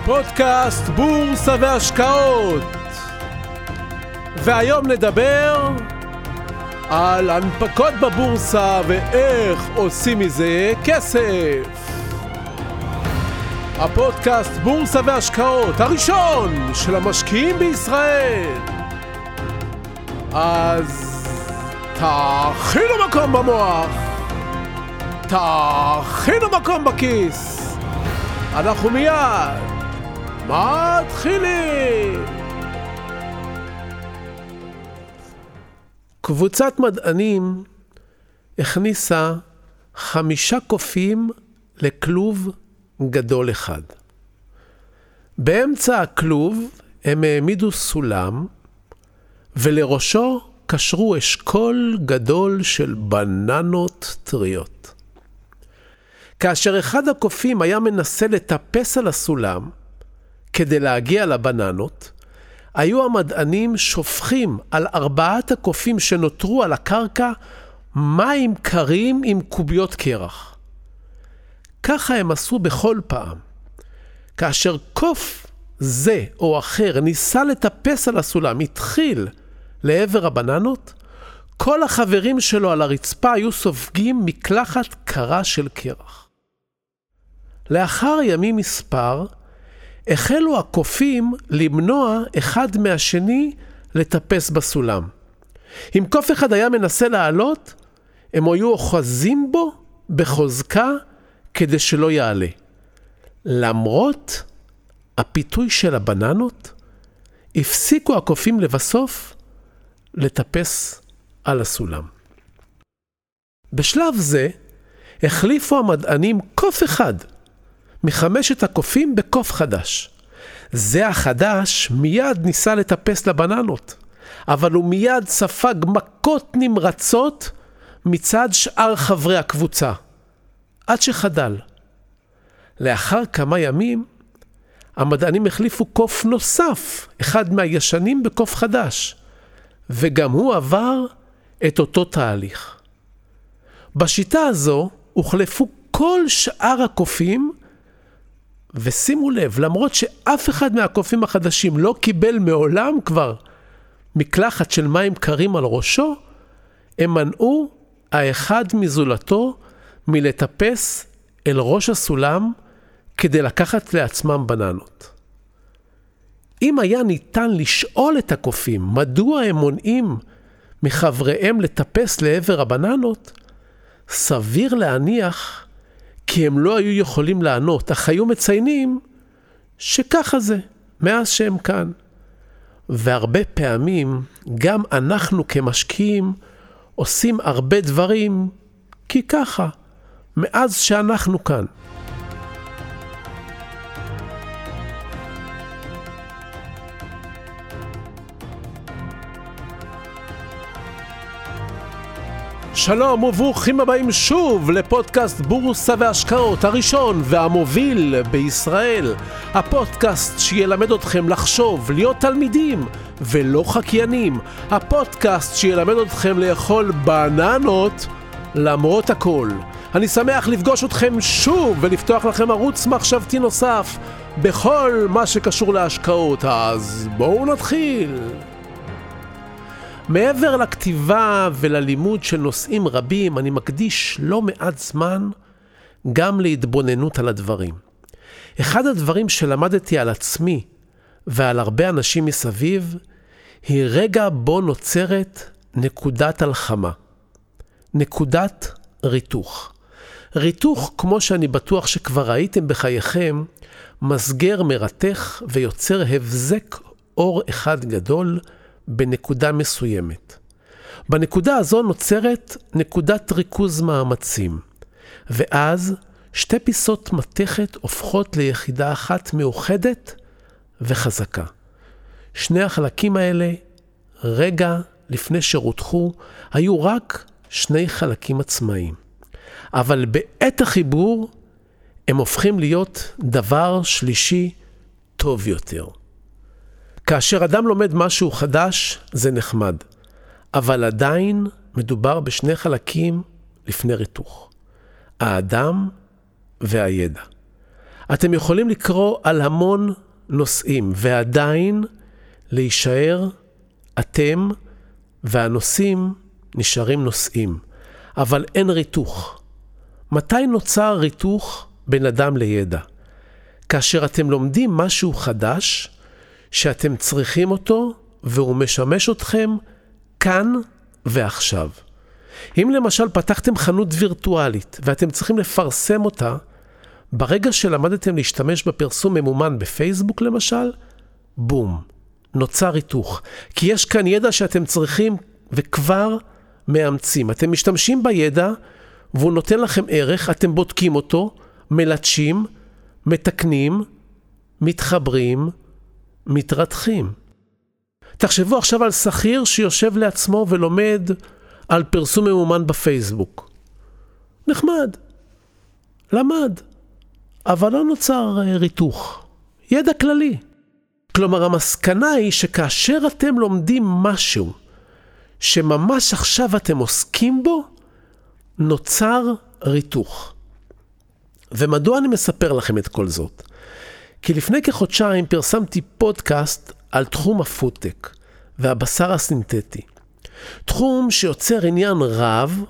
פודקאסט בורסה והשקעות. והיום נדבר על הנפקות בבורסה ואיך עושים מזה כסף. הפודקאסט בורסה והשקעות הראשון של המשקיעים בישראל. אז תאכינו מקום במוח, תאכינו מקום בכיס. אנחנו מיד מתחילים. קבוצת מדענים הכניסה 5 קופים לכלוב גדול אחד. באמצע הכלוב הם העמידו סולם, ולראשו קשרו אשכול גדול של בננות טריות. כאשר אחד הקופים היה מנסה לטפס על הסולם כדי להגיע לבננות, היו המדענים שופכים על 4 הקופים שנותרו על הקרקע מים קרים עם קוביות קרח. ככה הם עשו בכל פעם. כאשר קוף זה או אחר ניסה לטפס על הסולם, התחיל לעבר הבננות, כל החברים שלו על הרצפה היו סופגים מקלחת קרה של קרח. לאחר ימים מספר, החלו הקופים למנוע אחד מהשני לטפס בסולם. אם קוף אחד היה מנסה לעלות, הם היו אוחזים בו בחוזקה כדי שלא יעלה. למרות הפיתוי של הבננות, הפסיקו הקופים לבסוף לטפס על הסולם. בשלב זה החליפו המדענים קוף אחד מ5 הקופים בקוף חדש. זה החדש מיד ניסה לטפס לבננות, אבל הוא מיד ספג מכות נמרצות מצד שאר חברי הקבוצה, עד שחדל. לאחר כמה ימים, המדענים החליפו קוף נוסף, אחד מהישנים בקוף חדש, וגם הוא עבר את אותו תהליך. בשיטה הזו הוחלפו כל שאר הקופים, ושימו לב, למרות שאף אחד מהקופים החדשים לא קיבל מעולם כבר מקלחת של מים קרים על ראשו, הם מנעו האחד מזולתו מלטפס אל ראש הסולם כדי לקחת לעצמם בננות. אם היה ניתן לשאול את הקופים מדוע הם מונעים מחבריהם לטפס לעבר הבננות, סביר להניח כי הם לא היו יכולים לענות, אך היו מציינים שככה זה, מאז שהם כאן. והרבה פעמים גם אנחנו כמשקיעים עושים הרבה דברים כי ככה, מאז שאנחנו כאן. שלום וברוכים הבאים שוב לפודקאסט בורסה והשקעות הראשון והמוביל בישראל. הפודקאסט שילמד אתכם לחשוב, להיות תלמידים ולא חקיינים. הפודקאסט שילמד אתכם לאכול בננות למרות הכל. אני שמח לפגוש אתכם שוב ולפתוח לכם ערוץ מחשבתי נוסף בכל מה שקשור להשקעות. אז בואו נתחיל. מעבר לכתיבה וללימוד של נושאים רבים, אני מקדיש לא מעט זמן גם להתבוננות על הדברים. אחד הדברים שלמדתי על עצמי ועל הרבה אנשים מסביב, היא רגע בו נוצרת נקודת הלחמה. נקודת ריתוך. ריתוך, כמו שאני בטוח שכבר ראיתם בחייכם, מסגר מרתך ויוצר הבזק אור אחד גדול, בנקודה מסוימת. בנקודה הזו נוצרת נקודת ריכוז מאמצים, ואז 2 פיסות מתכת הופכות ליחידה אחת מאוחדת וחזקה. 2 החלקים האלה, רגע לפני שרותחו, היו רק 2 חלקים עצמאיים. אבל בעת החיבור הם הופכים להיות דבר שלישי טוב יותר. כאשר אדם לומד משהו חדש, זה נחמד. אבל עדיין מדובר ב2 חלקים לפני ריתוך. האדם והידע. אתם יכולים לקרוא על המון נושאים, ועדיין להישאר אתם, והנושאים נשארים נושאים. אבל אין ריתוך. מתי נוצר ריתוך בין אדם לידע? כאשר אתם לומדים משהו חדש, שאתם צריכים אותו, והוא משמש אתכם כאן ועכשיו. אם למשל פתחתם חנות וירטואלית, ואתם צריכים לפרסם אותה, ברגע שלמדתם להשתמש בפרסום ממומן בפייסבוק למשל, בום, נוצר ריתוך. כי יש כאן ידע שאתם צריכים וכבר מאמצים. אתם משתמשים בידע, והוא נותן לכם ערך, אתם בודקים אותו, מלטשים, מתקנים, מתחברים, מתרתחים. תחשבו עכשיו על שכיר שיושב לעצמו ולומד על פרסום ממומן בפייסבוק. נחמד, למד, אבל לא נוצר ריתוך. ידע כללי. כלומר, המסקנה היא שכאשר אתם לומדים משהו שממש עכשיו אתם עוסקים בו, נוצר ריתוך. ומדוע אני מספר לכם את כל זאת? כי לפני כחודשיים פרסמתי פודקאסט על תחום הפודטק והבשר הסינתטי. תחום שיוצר עניין רב,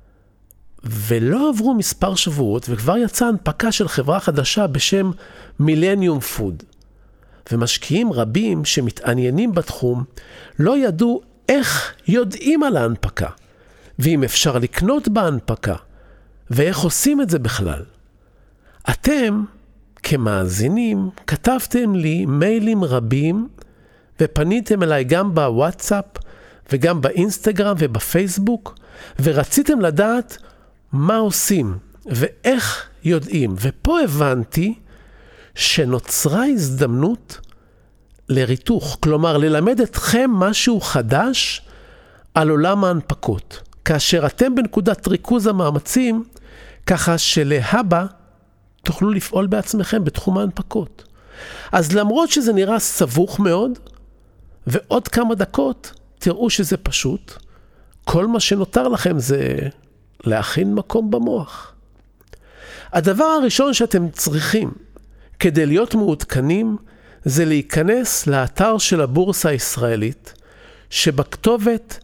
ולא עברו מספר שבועות, וכבר יצאה הנפקה של חברה חדשה בשם מילניום פוד. ומשקיעים רבים שמתעניינים בתחום לא ידעו איך יודעים על ההנפקה, ואם אפשר לקנות בהנפקה, ואיך עושים את זה בכלל. אתם, כמאזינים, כתבתם לי מיילים רבים, ופניתם אליי גם בוואטסאפ, וגם באינסטגרם ובפייסבוק, ורציתם לדעת מה עושים, ואיך יודעים. ופה הבנתי שנוצרה הזדמנות לריתוך, כלומר ללמד אתכם משהו חדש על עולם ההנפקות. כאשר אתם בנקודת ריכוז המאמצים, ככה שלהבא תוכלו לפעול בעצמכם בתחום ההנפקות. אז למרות שזה נראה סבוך מאוד, ועוד כמה דקות תראו שזה פשוט, כל מה שנותר לכם זה להכין מקום במוח. הדבר הראשון שאתם צריכים כדי להיות מעודכנים, זה להיכנס לאתר של הבורסה הישראלית, שבכתובת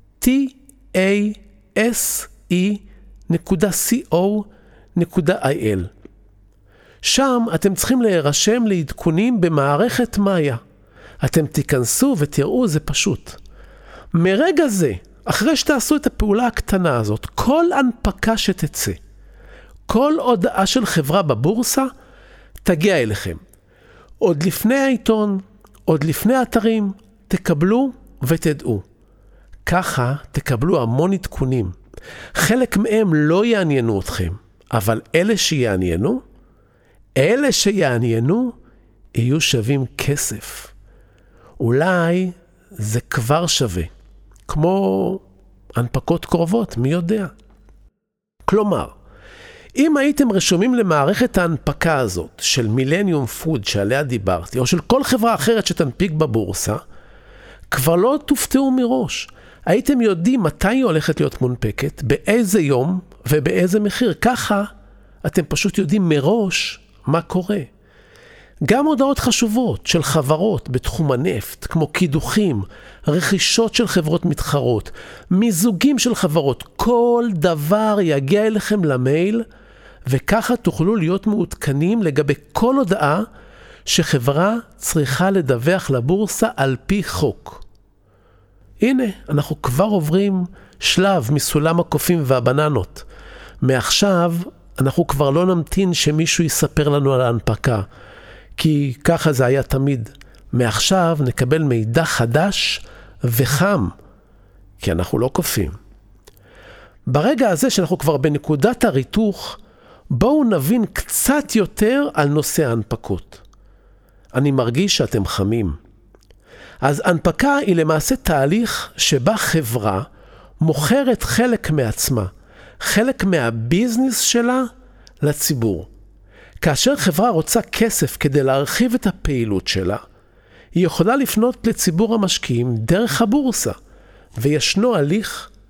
tase.co.il. שם אתם צריכים להירשם לעדכונים במערכת מאיה. אתם תיכנסו ותראו, זה פשוט. מרגע זה, אחרי שתעשו את הפעולה הקטנה הזאת, כל הנפקה שתצא, כל הודעה של חברה בבורסה, תגיע אליכם. עוד לפני העיתון, עוד לפני האתרים, תקבלו ותדעו. ככה תקבלו המון עדכונים. חלק מהם לא יעניינו אתכם, אבל אלה שיעניינו יהיו שווים כסף. אולי זה כבר שווה, כמו הנפקות קרובות, מי יודע. כלומר, אם הייתם רשומים למערכת ההנפקה הזאת של מילניום פוד שעליה דיברתי, או של כל חברה אחרת שתנפיק בבורסה, כבר לא תופתעו מראש. הייתם יודעים מתי היא הולכת להיות מונפקת, באיזה יום ובאיזה מחיר. ככה אתם פשוט יודעים מראש מה קורה. גם הודעות חשובות של חברות בתחום הנפט, כמו קידוחים, רכישות של חברות מתחרות, מיזוגים של חברות, כל דבר יגיע אליכם למייל, וככה תוכלו להיות מעודכנים לגבי כל הודעה שחברה צריכה לדווח לבורסה על פי חוק. הנה, אנחנו כבר עוברים שלב מסולם הקופים והבננות. מעכשיו אנחנו כבר לא נמתין שמישהו יספר לנו על ההנפקה, כי ככה זה היה תמיד. מעכשיו נקבל מידע חדש וחם, כי אנחנו לא קופים. ברגע הזה שאנחנו כבר בנקודת הריתוך, בואו נבין קצת יותר על נושא ההנפקות. אני מרגיש שאתם חמים. אז הנפקה היא למעשה תהליך שבה חברה מוכרת חלק מעצמה, חלק מהביזנס שלה לציבור. כאשר חברה רוצה כסף כדי להרחיב את הפעילות שלה, היא יכולה לפנות לציבור המשקיעים דרך הבורסה, וישנו הליך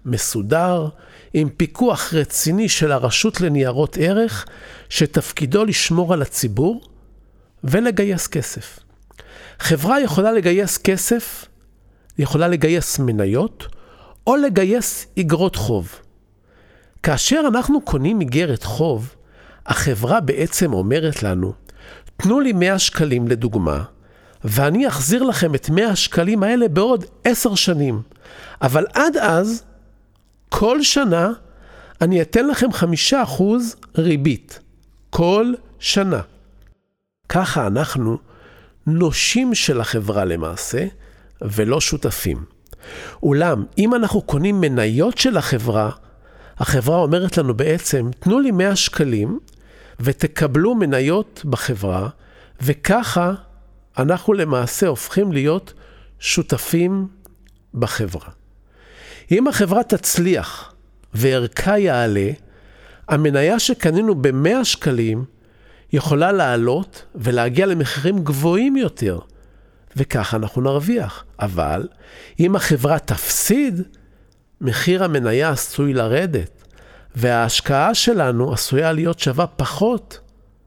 מסודר, עם פיקוח רציני של הרשות לניירות ערך, שתפקידו לשמור על הציבור ולגייס כסף. חברה יכולה לגייס כסף, יכולה לגייס מניות, או לגייס אגרות חוב. כאשר אנחנו קונים איגרת חוב, החברה בעצם אומרת לנו, תנו לי 100 שקלים לדוגמה, ואני אחזיר לכם את 100 שקלים האלה בעוד 10 שנים. אבל עד אז, כל שנה, אני אתן לכם 5% ריבית. כל שנה. ככה אנחנו נושים של החברה למעשה, ולא שותפים. אולם, אם אנחנו קונים מניות של החברה, החברה אומרת לנו בעצם, תנו לי 100 שקלים, ותקבלו מניות בחברה, וככה אנחנו למעשה הופכים להיות שותפים בחברה. אם החברה תצליח וערכה יעלה, המניה שקנינו ב100 שקלים יכולה לעלות ולהגיע למחירים גבוהים יותר, וככה אנחנו נרוויח. אבל אם החברה תפסיד, מחיר המניה עשוי לרדת, וההשקעה שלנו עשויה להיות שווה פחות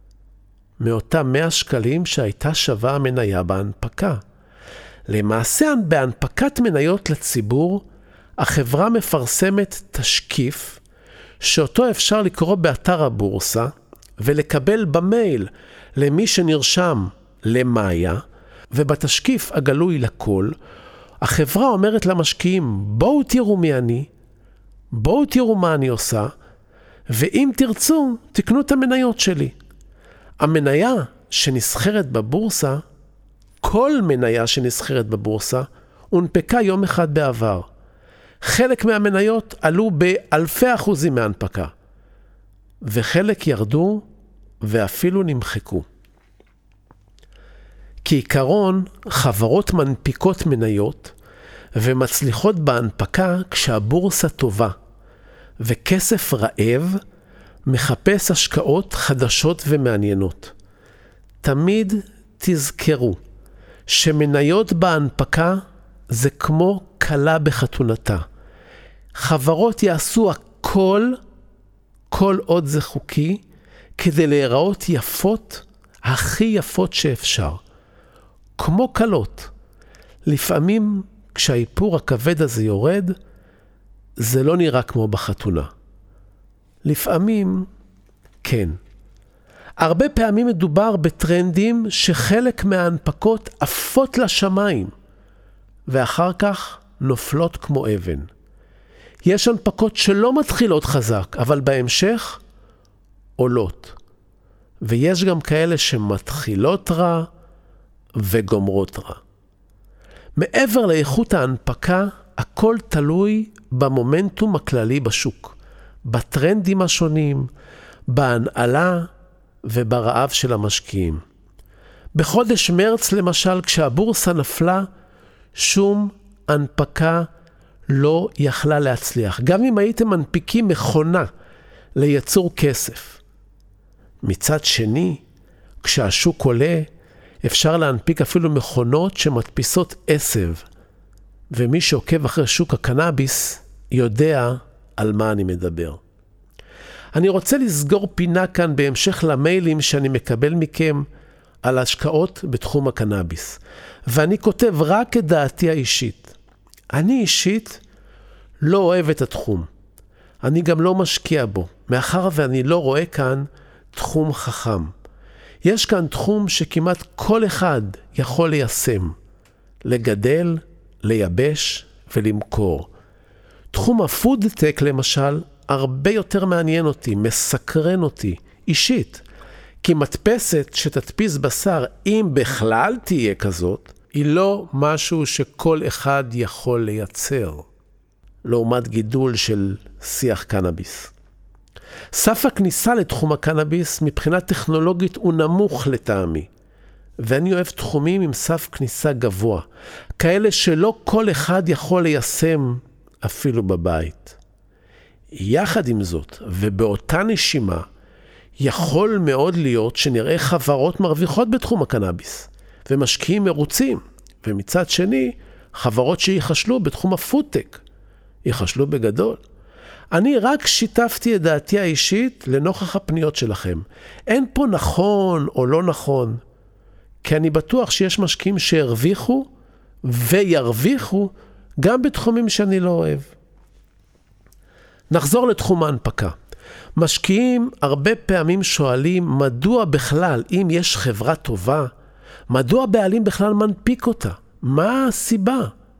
מאותם 100 שקלים שהייתה שווה המניה בהנפקה. למעשה, בהנפקת מניות לציבור, החברה מפרסמת תשקיף, שאותו אפשר לקרוא באתר הבורסה, ולקבל במייל למי שנרשם למאיה, ובתשקיף הגלוי לכל, החברה אומרת למשקיעים, בואו תראו מי אני, בואו תראו מה אני עושה, ואם תרצו, תקנו את המניות שלי. המניה שנסחרת בבורסה, כל מניה שנסחרת בבורסה, הונפקה יום אחד בעבר. חלק מהמניות עלו באלפי אחוזים מההנפקה, וחלק ירדו ואפילו נמחקו. כעיקרון, חברות מנפיקות מניות ומצליחות בהנפקה כשהבורסה טובה, וכסף רעב מחפש השקעות חדשות ומעניינות. תמיד תזכרו שמניות בהנפקה זה כמו קלה בחתונתה. חברות יעשו הכל, כל עוד זה חוקי, כדי להיראות יפות, הכי יפות שאפשר. כמו קלות. לפעמים כשהאיפור הכבד הזה יורד, זה לא נראה כמו בחתונה. לפעמים כן. הרבה פעמים מדובר בטרנדים שחלק מההנפקות עפות לשמיים, ואחר כך נופלות כמו אבן. יש הנפקות שלא מתחילות חזק, אבל בהמשך עולות. ויש גם כאלה שמתחילות רע וגומרות רע. מעבר לאיכות ההנפקה, הכל תלוי במומנטום הכללי בשוק, בטרנדים השונים, בהנעלה וברעב של המשקיעים. בחודש מרץ למשל, כשהבורסה נפלה, שום הנפקה לא יכלה להצליח. גם אם הייתם מנפיקים מכונה לייצור כסף. מצד שני, כשהשוק עולה, אפשר להנפיק אפילו מכונות שמדפיסות עשב. ומי שעוקב אחרי שוק הקנאביס יודע על מה אני מדבר. אני רוצה לסגור פינה כאן בהמשך למיילים שאני מקבל מכם על השקעות בתחום הקנאביס. ואני כותב רק את דעתי האישית. אני אישית לא אוהב את התחום. אני גם לא משקיע בו, מאחר ואני לא רואה כאן תחום חכם. יש כאן תחום שכמעט כל אחד יכול ליישם, לגדל, לייבש ולמכור. תחום הפודטק למשל הרבה יותר מעניין אותי, מסקרן אותי, אישית. כי מדפסת שתדפיס בשר, אם בכלל תהיה כזאת, היא לא משהו שכל אחד יכול לייצר, לעומת גידול של שיח קנאביס. סף הכניסה לתחום הקנאביס מבחינה טכנולוגית הוא נמוך לטעמי, ואני אוהב תחומים עם סף כניסה גבוה, כאלה שלא כל אחד יכול ליישם אפילו בבית. יחד עם זאת, ובאותה נשימה, יכול מאוד להיות שנראה חברות מרוויחות בתחום הקנאביס, ומשקיעים מרוצים, ומצד שני, חברות שיחשלו בתחום הפודטק, ייחשלו בגדול. אני רק שיתפתי את דעתי האישית לנוכח הפניות שלכם. אין פה נכון או לא נכון, כי אני בטוח שיש משקיעים שהרוויחו וירוויחו גם בתחומים שאני לא אוהב. נחזור לתחום ההנפקה. משקיעים הרבה פעמים שואלים מדוע בכלל, אם יש חברה טובה, מדוע בעלים בכלל מנפיק אותה? מה הסיבה?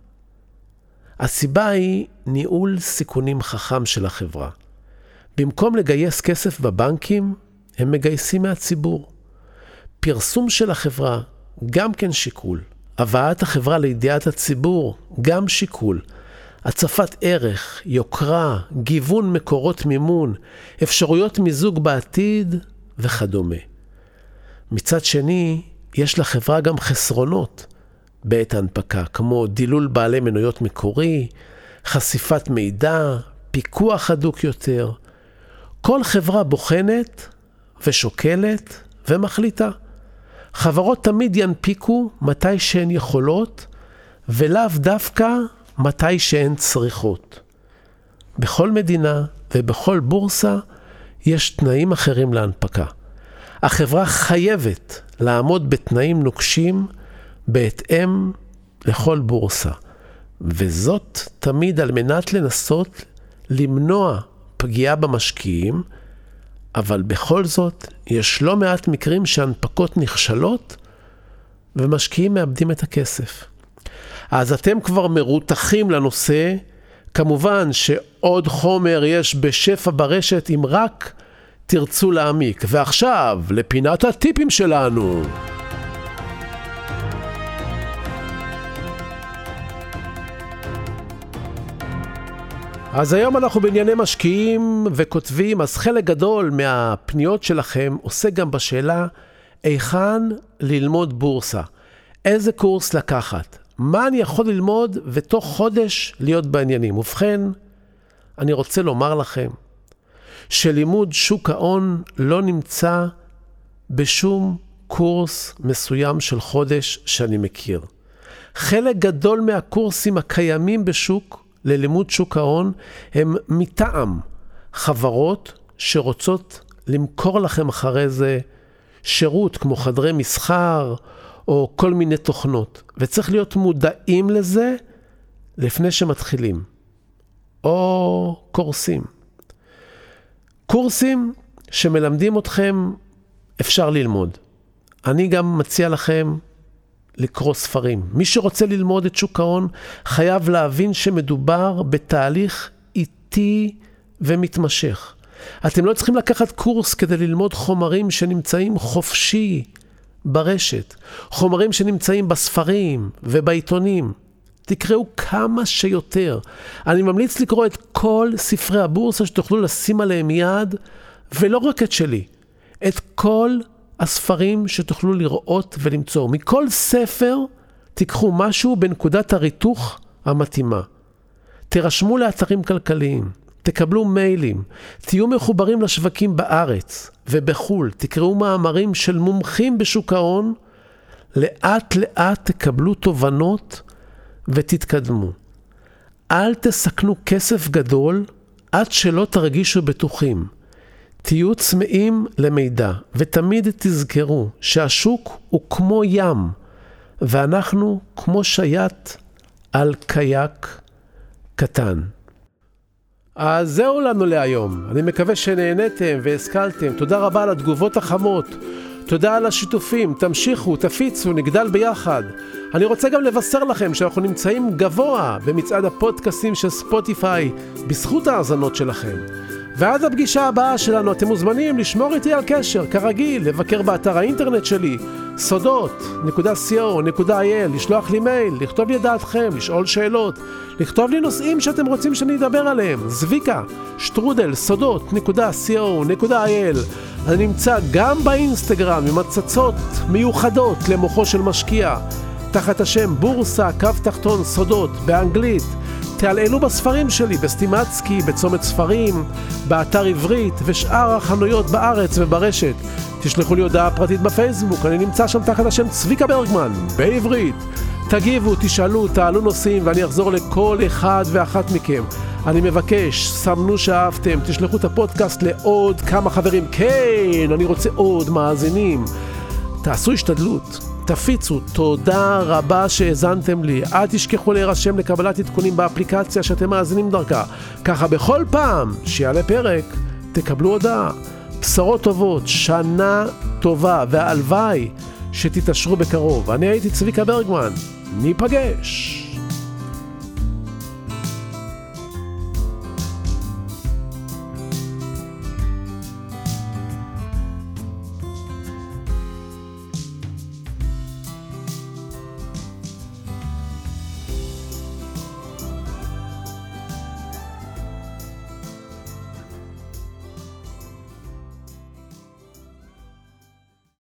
הסיבה היא ניהול סיכונים חכם של החברה. במקום לגייס כסף בבנקים, הם מגייסים מהציבור. פרסום של החברה, גם כן שיקול. הבאת החברה לידיעת הציבור, גם שיקול. הצפת ערך, יוקרה, גיוון מקורות מימון, אפשרויות מיזוג בעתיד וכדומה. מצד שני, יש לחברה גם חסרונות בעת ההנפקה, כמו דילול בעלי מנויות מקורי, חשיפת מידע, פיקוח הדוק יותר. כל חברה בוחנת ושוקלת ומחליטה. חברות תמיד ינפיקו מתי שהן יכולות, ולאו דווקא מתי שהן צריכות. בכל מדינה ובכל בורסה יש תנאים אחרים להנפקה. החברה חייבת לעמוד בתנאים נוקשים בהתאם לכל בורסה, וזאת תמיד על מנת לנסות למנוע פגיעה במשקיעים, אבל בכל זאת יש לא מעט מקרים שהנפקות נכשלות ומשקיעים מאבדים את הכסף. אז אתם כבר מרותחים לנושא, כמובן שעוד חומר יש בשפע ברשת אם רק תרצו להעמיק. ועכשיו לפינת הטיפים שלנו. אז היום אנחנו בענייני משקיעים וכותבים, אז חלק גדול מהפניות שלכם עושה גם בשאלה היכן ללמוד בורסה, איזה קורס לקחת, מה אני יכול ללמוד ותוך חודש להיות בעניינים. ובכן, אני רוצה לומר לכם שלימוד שוק ההון לא נמצא בשום קורס מסוים של חודש שאני מכיר. חלק גדול מהקורסים הקיימים בשוק ללימוד שוק ההון הם מטעם חברות שרוצות למכור לכם אחרי זה שירות כמו חדרי מסחר או כל מיני תוכנות, וצריך להיות מודעים לזה לפני שמתחילים. או קורסים שמלמדים אתכם אפשר ללמוד. אני גם מציע לכם לקרוא ספרים. מי שרוצה ללמוד את שוק ההון חייב להבין שמדובר בתהליך איטי ומתמשך. אתם לא צריכים לקחת קורס כדי ללמוד חומרים שנמצאים חופשי ברשת, חומרים שנמצאים בספרים ובעיתונים. תקראו כמה שיותר. אני ממליץ לקרוא את כל ספרי הבורסה שתוכלו לשים עליהם יד, ולא רק את שלי, את כל הספרים שתוכלו לראות ולמצוא. מכל ספר תיקחו משהו בנקודת הריתוך המתאימה. תירשמו לאתרים כלכליים, תקבלו מיילים, תהיו מחוברים לשווקים בארץ ובחול, תקראו מאמרים של מומחים בשוק ההון, לאט לאט תקבלו תובנות ותתקדמו. אל תסכנו כסף גדול עד שלא תרגישו בטוחים. תהיו צמאים למידע, ותמיד תזכרו שהשוק הוא כמו ים, ואנחנו כמו שייט על קייק קטן. אז זהו לנו להיום. אני מקווה שנהניתם והשכלתם. תודה רבה על התגובות החמות. תודה על השיתופים. תמשיכו, תפיצו, נגדל ביחד. אני רוצה גם לבשר לכם שאנחנו נמצאים גבוה במצעד הפודקאסים של ספוטיפיי, בזכות ההאזנות שלכם. ועד הפגישה הבאה שלנו אתם מוזמנים לשמור איתי על קשר, כרגיל, לבקר באתר האינטרנט שלי, sodot.co.il, לשלוח לי מייל, לכתוב לי דעתכם, לשאול שאלות, לכתוב לי נושאים שאתם רוצים שאני אדבר עליהם, zvika@sodot.co.il. אני נמצא גם באינסטגרם עם הצצות מיוחדות למוחו של משקיע, תחת השם בורסה_סודות באנגלית. תעללו בספרים שלי, בסטימצקי, בצומת ספרים, באתר עברית ושאר החנויות בארץ וברשת. תשלחו לי הודעה פרטית בפייסבוק, אני נמצא שם תחת השם צביקה ברגמן, בעברית. תגיבו, תשאלו, תעלו נושאים ואני אחזור לכל אחד ואחת מכם. אני מבקש, סמנו שאהבתם, תשלחו את הפודקאסט לעוד כמה חברים. כן, אני רוצה עוד מאזינים. תעשו השתדלות, תפיצו. תודה רבה שהזנתם לי. אל תשכחו להירשם לקבלת עדכונים באפליקציה שאתם מאזינים דרכה. ככה בכל פעם שיעלה פרק, תקבלו הודעה. בשורות טובות, שנה טובה, והלוואי שתתעשרו בקרוב. אני הייתי צביקה ברגמן. ניפגש.